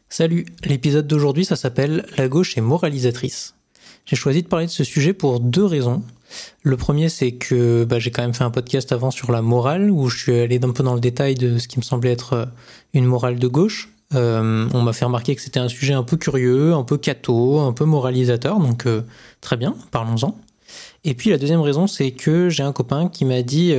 Salut, l'épisode d'aujourd'hui ça s'appelle « La gauche est moralisatrice ». J'ai choisi de parler de ce sujet pour deux raisons. Le premier, c'est que j'ai quand même fait un podcast avant sur la morale, où je suis allé un peu dans le détail de ce qui me semblait être une morale de gauche. On m'a fait remarquer que c'était un sujet un peu curieux, un peu catho, un peu moralisateur, donc très bien, parlons-en. Et puis la deuxième raison, c'est que j'ai un copain qui m'a dit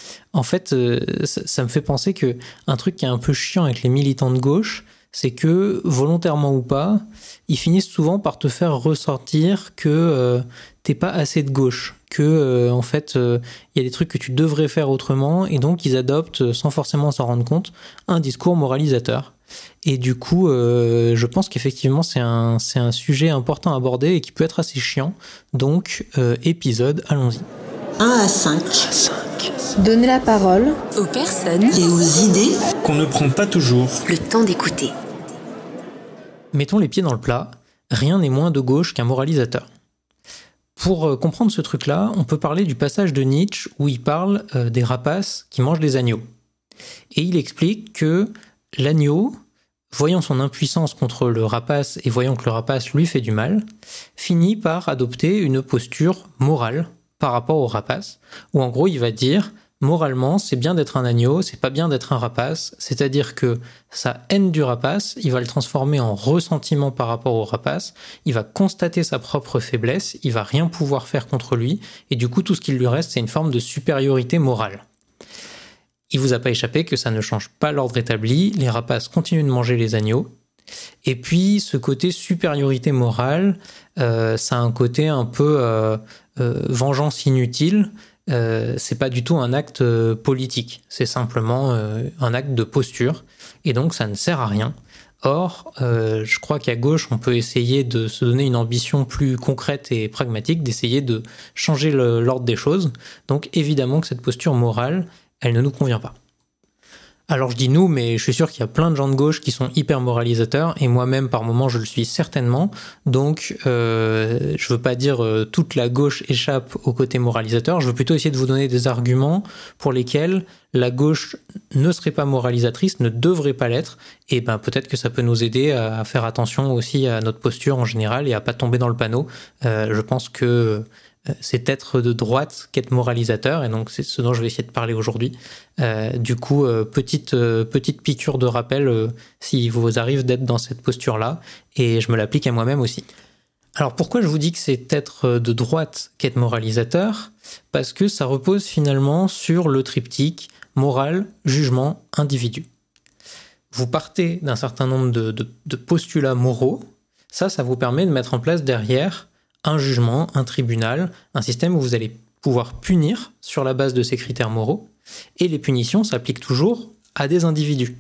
ça me fait penser que un truc qui est un peu chiant avec les militants de gauche, c'est que, volontairement ou pas, ils finissent souvent par te faire ressentir que t'es pas assez de gauche, que y a des trucs que tu devrais faire autrement, et donc ils adoptent, sans forcément s'en rendre compte, un discours moralisateur. Et du coup, je pense qu'effectivement, c'est un sujet important à aborder et qui peut être assez chiant. Donc, épisode, allons-y. 1 à 5. Donnez la parole aux personnes et aux idées qu'on ne prend pas toujours le temps d'écouter. Mettons les pieds dans le plat, rien n'est moins de gauche qu'un moralisateur. Pour comprendre ce truc-là, on peut parler du passage de Nietzsche où il parle des rapaces qui mangent des agneaux. Et il explique que l'agneau, voyant son impuissance contre le rapace et voyant que le rapace lui fait du mal, finit par adopter une posture morale par rapport au rapace, où en gros il va dire moralement c'est bien d'être un agneau, c'est pas bien d'être un rapace, c'est-à-dire que sa haine du rapace, il va le transformer en ressentiment par rapport au rapace, il va constater sa propre faiblesse, il va rien pouvoir faire contre lui, et du coup tout ce qu'il lui reste c'est une forme de supériorité morale. Il vous a pas échappé que ça ne change pas l'ordre établi, les rapaces continuent de manger les agneaux, et puis ce côté supériorité morale, ça a un côté un peu vengeance inutile. C'est pas du tout un acte politique, c'est simplement un acte de posture, et donc ça ne sert à rien. Or, je crois qu'à gauche, on peut essayer de se donner une ambition plus concrète et pragmatique, d'essayer de changer l'ordre des choses. Donc évidemment que cette posture morale, elle ne nous convient pas. Alors je dis nous, mais je suis sûr qu'il y a plein de gens de gauche qui sont hyper moralisateurs, et moi-même par moments je le suis certainement, donc je veux pas dire toute la gauche échappe au côté moralisateur, je veux plutôt essayer de vous donner des arguments pour lesquels la gauche ne serait pas moralisatrice, ne devrait pas l'être, et peut-être que ça peut nous aider à faire attention aussi à notre posture en général et à pas tomber dans le panneau. Je pense que c'est être de droite qu'être moralisateur, et donc c'est ce dont je vais essayer de parler aujourd'hui. Du coup, petite piqûre de rappel si vous arrive d'être dans cette posture-là, et je me l'applique à moi-même aussi. Alors pourquoi je vous dis que c'est être de droite qu'être moralisateur ? Parce que ça repose finalement sur le triptyque morale, jugement, individu. Vous partez d'un certain nombre de postulats moraux, ça vous permet de mettre en place derrière un jugement, un tribunal, un système où vous allez pouvoir punir sur la base de ces critères moraux, et les punitions s'appliquent toujours à des individus.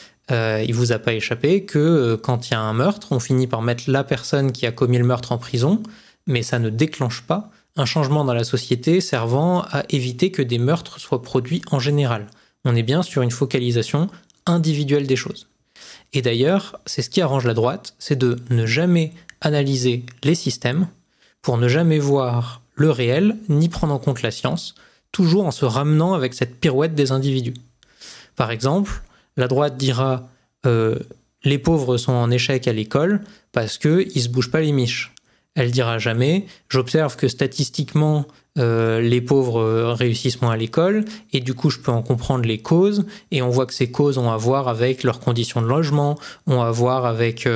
Il vous a pas échappé que quand il y a un meurtre, on finit par mettre la personne qui a commis le meurtre en prison, mais ça ne déclenche pas un changement dans la société servant à éviter que des meurtres soient produits en général. On est bien sur une focalisation individuelle des choses. Et d'ailleurs, c'est ce qui arrange la droite, c'est de ne jamais analyser les systèmes, pour ne jamais voir le réel, ni prendre en compte la science, toujours en se ramenant avec cette pirouette des individus. Par exemple, la droite dira les pauvres sont en échec à l'école parce qu'ils se bougent pas les miches. Elle dira jamais j'observe que statistiquement les pauvres réussissent moins à l'école, et du coup je peux en comprendre les causes, et on voit que ces causes ont à voir avec leurs conditions de logement, ont à voir avec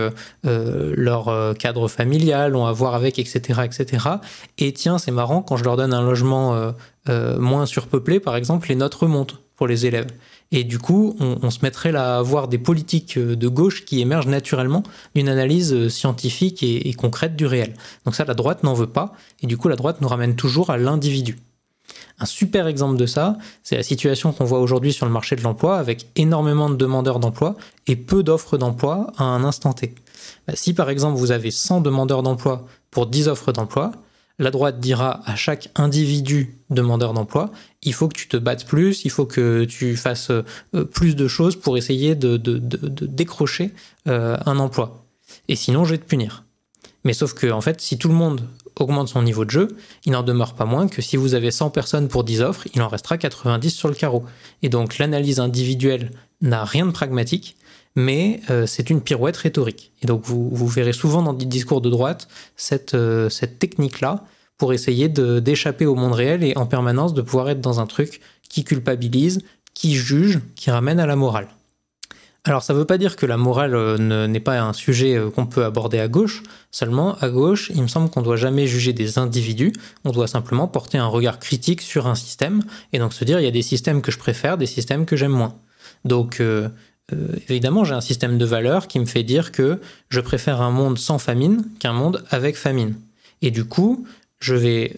leur cadre familial, ont à voir avec etc. Et tiens, c'est marrant, quand je leur donne un logement moins surpeuplé par exemple, les notes remontent pour les élèves. Et du coup, on se mettrait là à avoir des politiques de gauche qui émergent naturellement d'une analyse scientifique et concrète du réel. Donc ça, la droite n'en veut pas, et du coup, la droite nous ramène toujours à l'individu. Un super exemple de ça, c'est la situation qu'on voit aujourd'hui sur le marché de l'emploi, avec énormément de demandeurs d'emploi et peu d'offres d'emploi à un instant T. Si par exemple, vous avez 100 demandeurs d'emploi pour 10 offres d'emploi, la droite dira à chaque individu demandeur d'emploi, il faut que tu te battes plus, il faut que tu fasses plus de choses pour essayer de décrocher un emploi. Et sinon, je vais te punir. Mais sauf que, en fait, si tout le monde augmente son niveau de jeu, il n'en demeure pas moins que si vous avez 100 personnes pour 10 offres, il en restera 90 sur le carreau. Et donc, l'analyse individuelle n'a rien de pragmatique, mais c'est une pirouette rhétorique. Et donc vous verrez souvent dans des discours de droite cette technique-là pour essayer d'échapper au monde réel et en permanence de pouvoir être dans un truc qui culpabilise, qui juge, qui ramène à la morale. Alors ça ne veut pas dire que la morale n'est pas un sujet qu'on peut aborder à gauche, seulement à gauche, il me semble qu'on ne doit jamais juger des individus, on doit simplement porter un regard critique sur un système, et donc se dire il y a des systèmes que je préfère, des systèmes que j'aime moins. Donc évidemment j'ai un système de valeurs qui me fait dire que je préfère un monde sans famine qu'un monde avec famine. Et du coup, je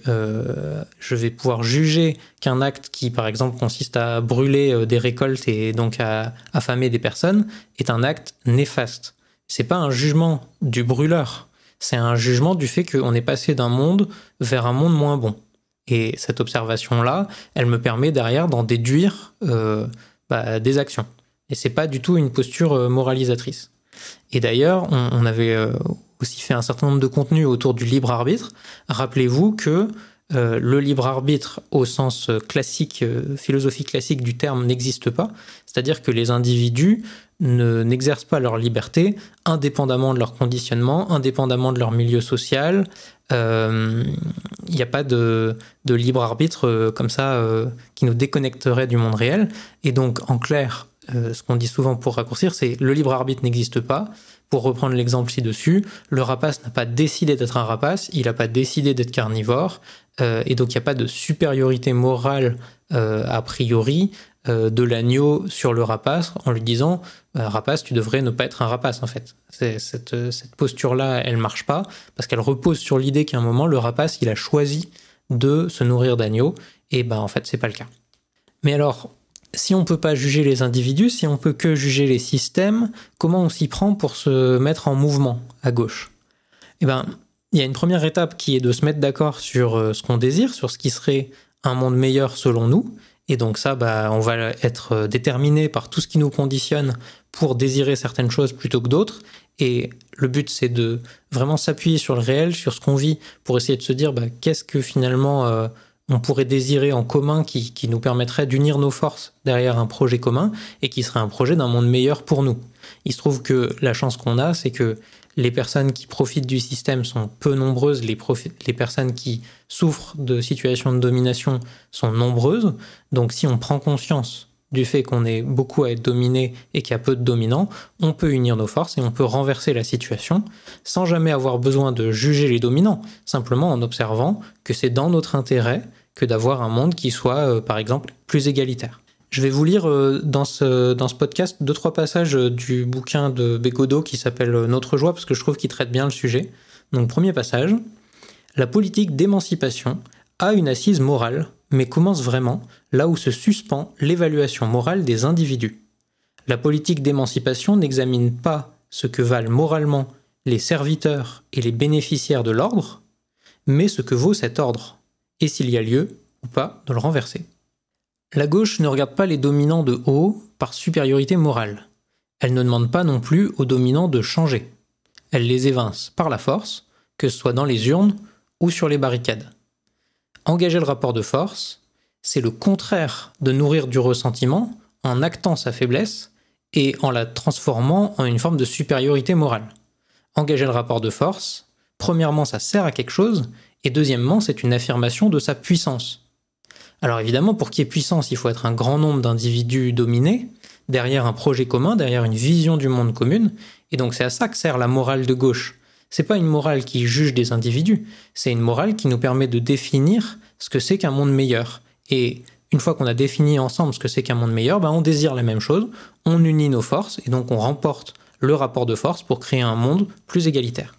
vais pouvoir juger qu'un acte qui, par exemple, consiste à brûler des récoltes et donc à affamer des personnes est un acte néfaste. C'est pas un jugement du brûleur, c'est un jugement du fait qu'on est passé d'un monde vers un monde moins bon. Et cette observation-là, elle me permet derrière d'en déduire des actions. Et c'est pas du tout une posture moralisatrice. Et d'ailleurs, on avait aussi fait un certain nombre de contenus autour du libre arbitre. Rappelez-vous que le libre arbitre au sens classique, philosophie classique du terme, n'existe pas. C'est-à-dire que les individus n'exercent pas leur liberté indépendamment de leur conditionnement, indépendamment de leur milieu social. Il n'y a pas de libre arbitre comme ça qui nous déconnecterait du monde réel. Et donc, en clair, ce qu'on dit souvent pour raccourcir, c'est le libre arbitre n'existe pas. Pour reprendre l'exemple ci-dessus, le rapace n'a pas décidé d'être un rapace, il n'a pas décidé d'être carnivore, et donc il n'y a pas de supériorité morale a priori de l'agneau sur le rapace en lui disant rapace, tu devrais ne pas être un rapace en fait. Cette posture-là, elle marche pas parce qu'elle repose sur l'idée qu'à un moment le rapace il a choisi de se nourrir d'agneaux, et en fait c'est pas le cas. Mais alors, si on ne peut pas juger les individus, si on peut que juger les systèmes, comment on s'y prend pour se mettre en mouvement à gauche ? Il y a une première étape qui est de se mettre d'accord sur ce qu'on désire, sur ce qui serait un monde meilleur selon nous. Et donc ça, on va être déterminé par tout ce qui nous conditionne pour désirer certaines choses plutôt que d'autres. Et le but, c'est de vraiment s'appuyer sur le réel, sur ce qu'on vit, pour essayer de se dire qu'est-ce que finalement on pourrait désirer en commun qui nous permettrait d'unir nos forces derrière un projet commun et qui serait un projet d'un monde meilleur pour nous. Il se trouve que la chance qu'on a, c'est que les personnes qui profitent du système sont peu nombreuses, les personnes qui souffrent de situations de domination sont nombreuses. Donc si on prend conscience du fait qu'on est beaucoup à être dominé et qu'il y a peu de dominants, on peut unir nos forces et on peut renverser la situation sans jamais avoir besoin de juger les dominants, simplement en observant que c'est dans notre intérêt que d'avoir un monde qui soit, par exemple, plus égalitaire. Je vais vous lire dans ce podcast 2-3 passages du bouquin de Bégodeau qui s'appelle « Notre joie » parce que je trouve qu'il traite bien le sujet. Donc, premier passage. « La politique d'émancipation a une assise morale, mais commence vraiment là où se suspend l'évaluation morale des individus. La politique d'émancipation n'examine pas ce que valent moralement les serviteurs et les bénéficiaires de l'ordre, mais ce que vaut cet ordre, et s'il y a lieu ou pas de le renverser. La gauche ne regarde pas les dominants de haut par supériorité morale. Elle ne demande pas non plus aux dominants de changer. Elle les évince par la force, que ce soit dans les urnes ou sur les barricades. Engager le rapport de force, c'est le contraire de nourrir du ressentiment en actant sa faiblesse et en la transformant en une forme de supériorité morale. Engager le rapport de force, premièrement, ça sert à quelque chose, et deuxièmement, c'est une affirmation de sa puissance. Alors évidemment, pour qu'il y ait puissance, il faut être un grand nombre d'individus dominés, derrière un projet commun, derrière une vision du monde commune, et donc c'est à ça que sert la morale de gauche. C'est pas une morale qui juge des individus, c'est une morale qui nous permet de définir ce que c'est qu'un monde meilleur. Et une fois qu'on a défini ensemble ce que c'est qu'un monde meilleur, on désire la même chose, on unit nos forces, et donc on remporte le rapport de force pour créer un monde plus égalitaire.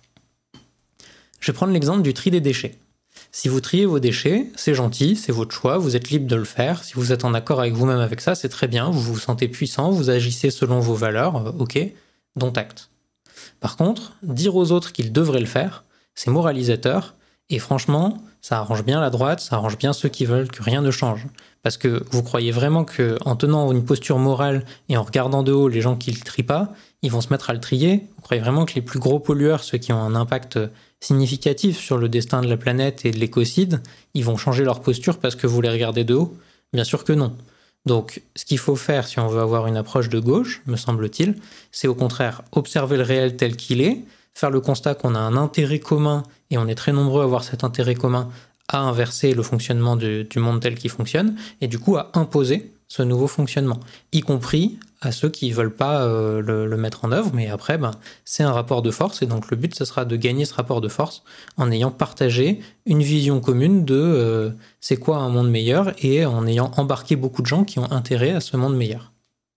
Je vais prendre l'exemple du tri des déchets. Si vous triez vos déchets, c'est gentil, c'est votre choix, vous êtes libre de le faire. Si vous êtes en accord avec vous-même avec ça, c'est très bien, vous vous sentez puissant, vous agissez selon vos valeurs, ok, dont acte. Par contre, dire aux autres qu'ils devraient le faire, c'est moralisateur, et franchement, ça arrange bien la droite, ça arrange bien ceux qui veulent que rien ne change. Parce que vous croyez vraiment qu'en tenant une posture morale et en regardant de haut les gens qui ne le trient pas, ils vont se mettre à le trier? Vous croyez vraiment que les plus gros pollueurs, ceux qui ont un impact significatif sur le destin de la planète et de l'écocide, ils vont changer leur posture parce que vous les regardez de haut? Bien sûr que non. Donc, ce qu'il faut faire si on veut avoir une approche de gauche, me semble-t-il, c'est au contraire observer le réel tel qu'il est, faire le constat qu'on a un intérêt commun, et on est très nombreux à avoir cet intérêt commun, à inverser le fonctionnement du monde tel qu'il fonctionne, et du coup à imposer ce nouveau fonctionnement, y compris à ceux qui ne veulent pas le mettre en œuvre, mais après, c'est un rapport de force, et donc le but, ce sera de gagner ce rapport de force en ayant partagé une vision commune de c'est quoi un monde meilleur, et en ayant embarqué beaucoup de gens qui ont intérêt à ce monde meilleur.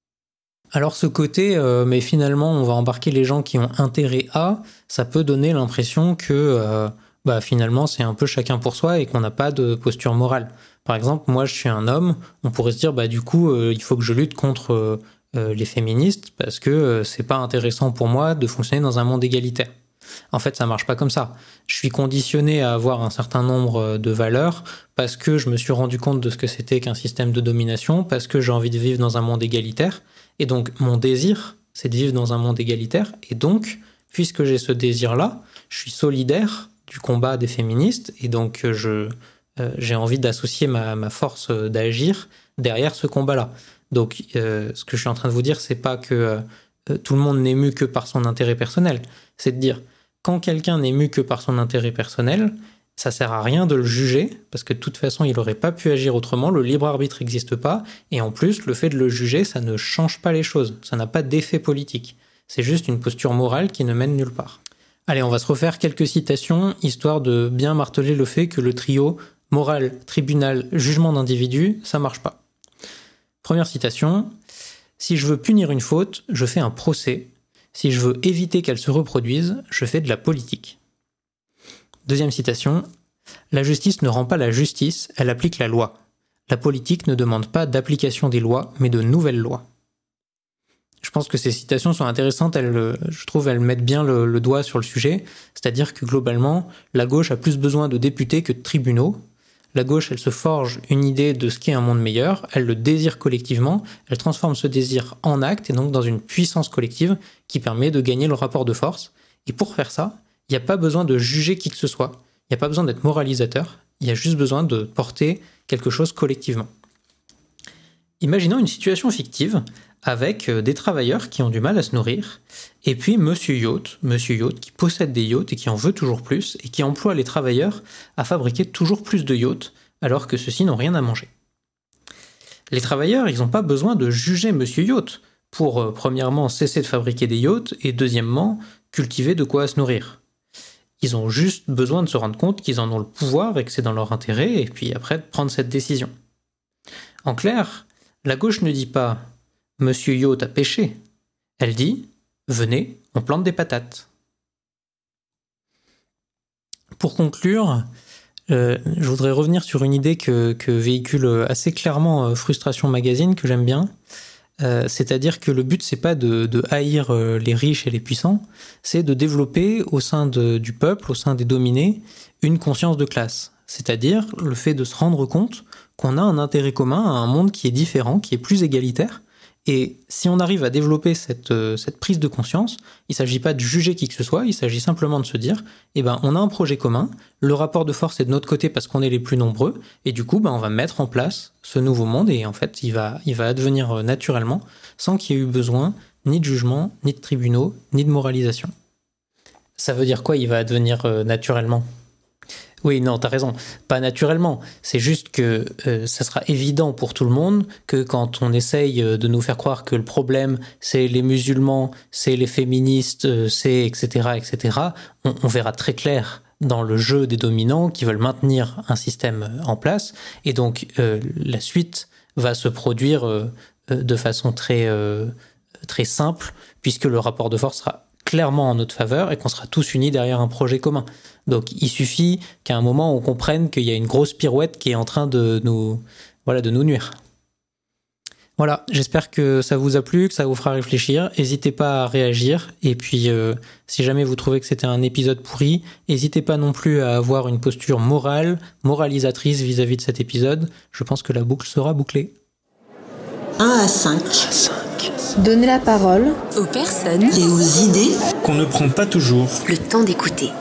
Alors ce côté, mais finalement, on va embarquer les gens qui ont intérêt à, ça peut donner l'impression que finalement, c'est un peu chacun pour soi et qu'on n'a pas de posture morale. Par exemple, moi, je suis un homme, on pourrait se dire, du coup, il faut que je lutte contre les féministes parce que c'est pas intéressant pour moi de fonctionner dans un monde égalitaire. En fait, ça marche pas comme ça. Je suis conditionné à avoir un certain nombre de valeurs parce que je me suis rendu compte de ce que c'était qu'un système de domination, parce que j'ai envie de vivre dans un monde égalitaire. Et donc, mon désir, c'est de vivre dans un monde égalitaire. Et donc, puisque j'ai ce désir-là, je suis solidaire du combat des féministes. Et donc, j'ai envie d'associer ma force d'agir derrière ce combat-là. Donc, ce que je suis en train de vous dire, c'est pas que tout le monde n'est mu que par son intérêt personnel. C'est de dire, quand quelqu'un n'est mu que par son intérêt personnel, ça sert à rien de le juger, parce que de toute façon, il n'aurait pas pu agir autrement, le libre arbitre n'existe pas, et en plus, le fait de le juger, ça ne change pas les choses, ça n'a pas d'effet politique. C'est juste une posture morale qui ne mène nulle part. Allez, on va se refaire quelques citations, histoire de bien marteler le fait que le trio morale, tribunal, jugement d'individu, ça marche pas. Première citation, « Si je veux punir une faute, je fais un procès. Si je veux éviter qu'elle se reproduise, je fais de la politique. » Deuxième citation, « La justice ne rend pas la justice, elle applique la loi. La politique ne demande pas d'application des lois, mais de nouvelles lois. » Je pense que ces citations sont intéressantes, je trouve elles mettent bien le doigt sur le sujet, c'est-à-dire que globalement, la gauche a plus besoin de députés que de tribunaux. La gauche, elle se forge une idée de ce qu'est un monde meilleur, elle le désire collectivement, elle transforme ce désir en acte et donc dans une puissance collective qui permet de gagner le rapport de force. Et pour faire ça, il n'y a pas besoin de juger qui que ce soit, il n'y a pas besoin d'être moralisateur, il y a juste besoin de porter quelque chose collectivement. Imaginons une situation fictive avec des travailleurs qui ont du mal à se nourrir, et puis Monsieur Yacht qui possède des yachts et qui en veut toujours plus, et qui emploie les travailleurs à fabriquer toujours plus de yachts, alors que ceux-ci n'ont rien à manger. Les travailleurs, ils n'ont pas besoin de juger Monsieur Yacht pour, premièrement, cesser de fabriquer des yachts, et deuxièmement, cultiver de quoi se nourrir. Ils ont juste besoin de se rendre compte qu'ils en ont le pouvoir et que c'est dans leur intérêt, et puis après de prendre cette décision. En clair, la gauche ne dit pas « Monsieur Yacht a péché », elle dit « Venez, on plante des patates ». Pour conclure, je voudrais revenir sur une idée que véhicule assez clairement Frustration Magazine, que j'aime bien. C'est-à-dire que le but, c'est pas de haïr les riches et les puissants, c'est de développer au sein du peuple, au sein des dominés, une conscience de classe. C'est-à-dire le fait de se rendre compte qu'on a un intérêt commun à un monde qui est différent, qui est plus égalitaire. Et si on arrive à développer cette prise de conscience, il ne s'agit pas de juger qui que ce soit, il s'agit simplement de se dire, on a un projet commun, le rapport de force est de notre côté parce qu'on est les plus nombreux, et du coup, on va mettre en place ce nouveau monde, et en fait, il va advenir naturellement, sans qu'il y ait eu besoin ni de jugement, ni de tribunaux, ni de moralisation. Ça veut dire quoi, il va advenir naturellement ? Oui, non, t'as raison. Pas naturellement. C'est juste que ça sera évident pour tout le monde que quand on essaye de nous faire croire que le problème, c'est les musulmans, c'est les féministes, c'est etc., etc., on verra très clair dans le jeu des dominants qui veulent maintenir un système en place. Et donc, la suite va se produire de façon très, très simple, puisque le rapport de force sera clairement en notre faveur et qu'on sera tous unis derrière un projet commun. Donc il suffit qu'à un moment on comprenne qu'il y a une grosse pirouette qui est en train de nous nuire. Voilà, j'espère que ça vous a plu, que ça vous fera réfléchir. N'hésitez pas à réagir. Et puis si jamais vous trouvez que c'était un épisode pourri, n'hésitez pas non plus à avoir une posture moralisatrice vis-à-vis de cet épisode. Je pense que la boucle sera bouclée. 1 à 5. Donnez la parole aux personnes et aux idées qu'on ne prend pas toujours le temps d'écouter.